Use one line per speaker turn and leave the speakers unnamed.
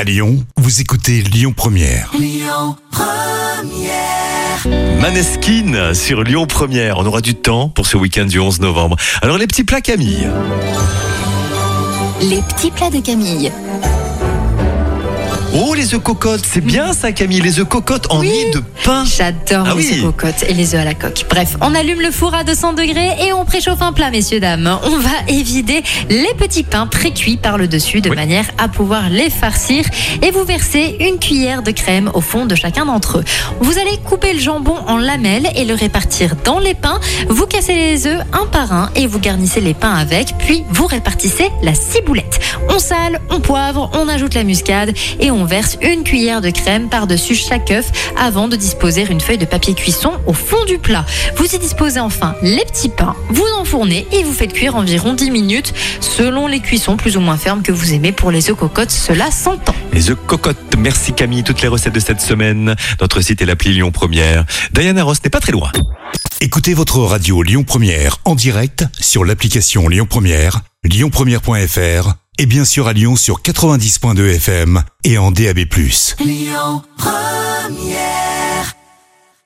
À Lyon, vous écoutez Lyon Première.
Lyon Première.
Maneskin sur Lyon Première. On aura du temps pour ce week-end du 11 novembre. Alors les petits plats Camille.
Les petits plats de Camille.
Oh, les œufs cocottes, c'est bien ça Camille, les œufs cocottes en nid de pain.
J'adore les œufs cocottes et les œufs à la coque. Bref, on allume le four à 200 degrés et on préchauffe un plat, messieurs, dames. On va évider les petits pains pré-cuits par le dessus de manière à pouvoir les farcir et vous versez une cuillère de crème au fond de chacun d'entre eux. Vous allez couper le jambon en lamelles et le répartir dans les pains. Vous cassez les œufs un par un et vous garnissez les pains avec, puis vous répartissez la ciboulette. On sale, on poivre, on ajoute la muscade et on verse une cuillère de crème par-dessus chaque œuf avant de disposer une feuille de papier cuisson au fond du plat. Vous y disposez enfin les petits pains, vous enfournez et vous faites cuire environ 10 minutes selon les cuissons plus ou moins fermes que vous aimez. Pour les œufs cocottes, cela s'entend.
Les œufs cocottes, merci Camille. Toutes les recettes de cette semaine, notre site et l'appli Lyon Première. Diana Ross n'est pas très loin.
Écoutez votre radio Lyon Première en direct sur l'application Lyon Première, lyonpremière.fr et bien sûr à Lyon sur 90.2 FM et en DAB+.
Lyon Première.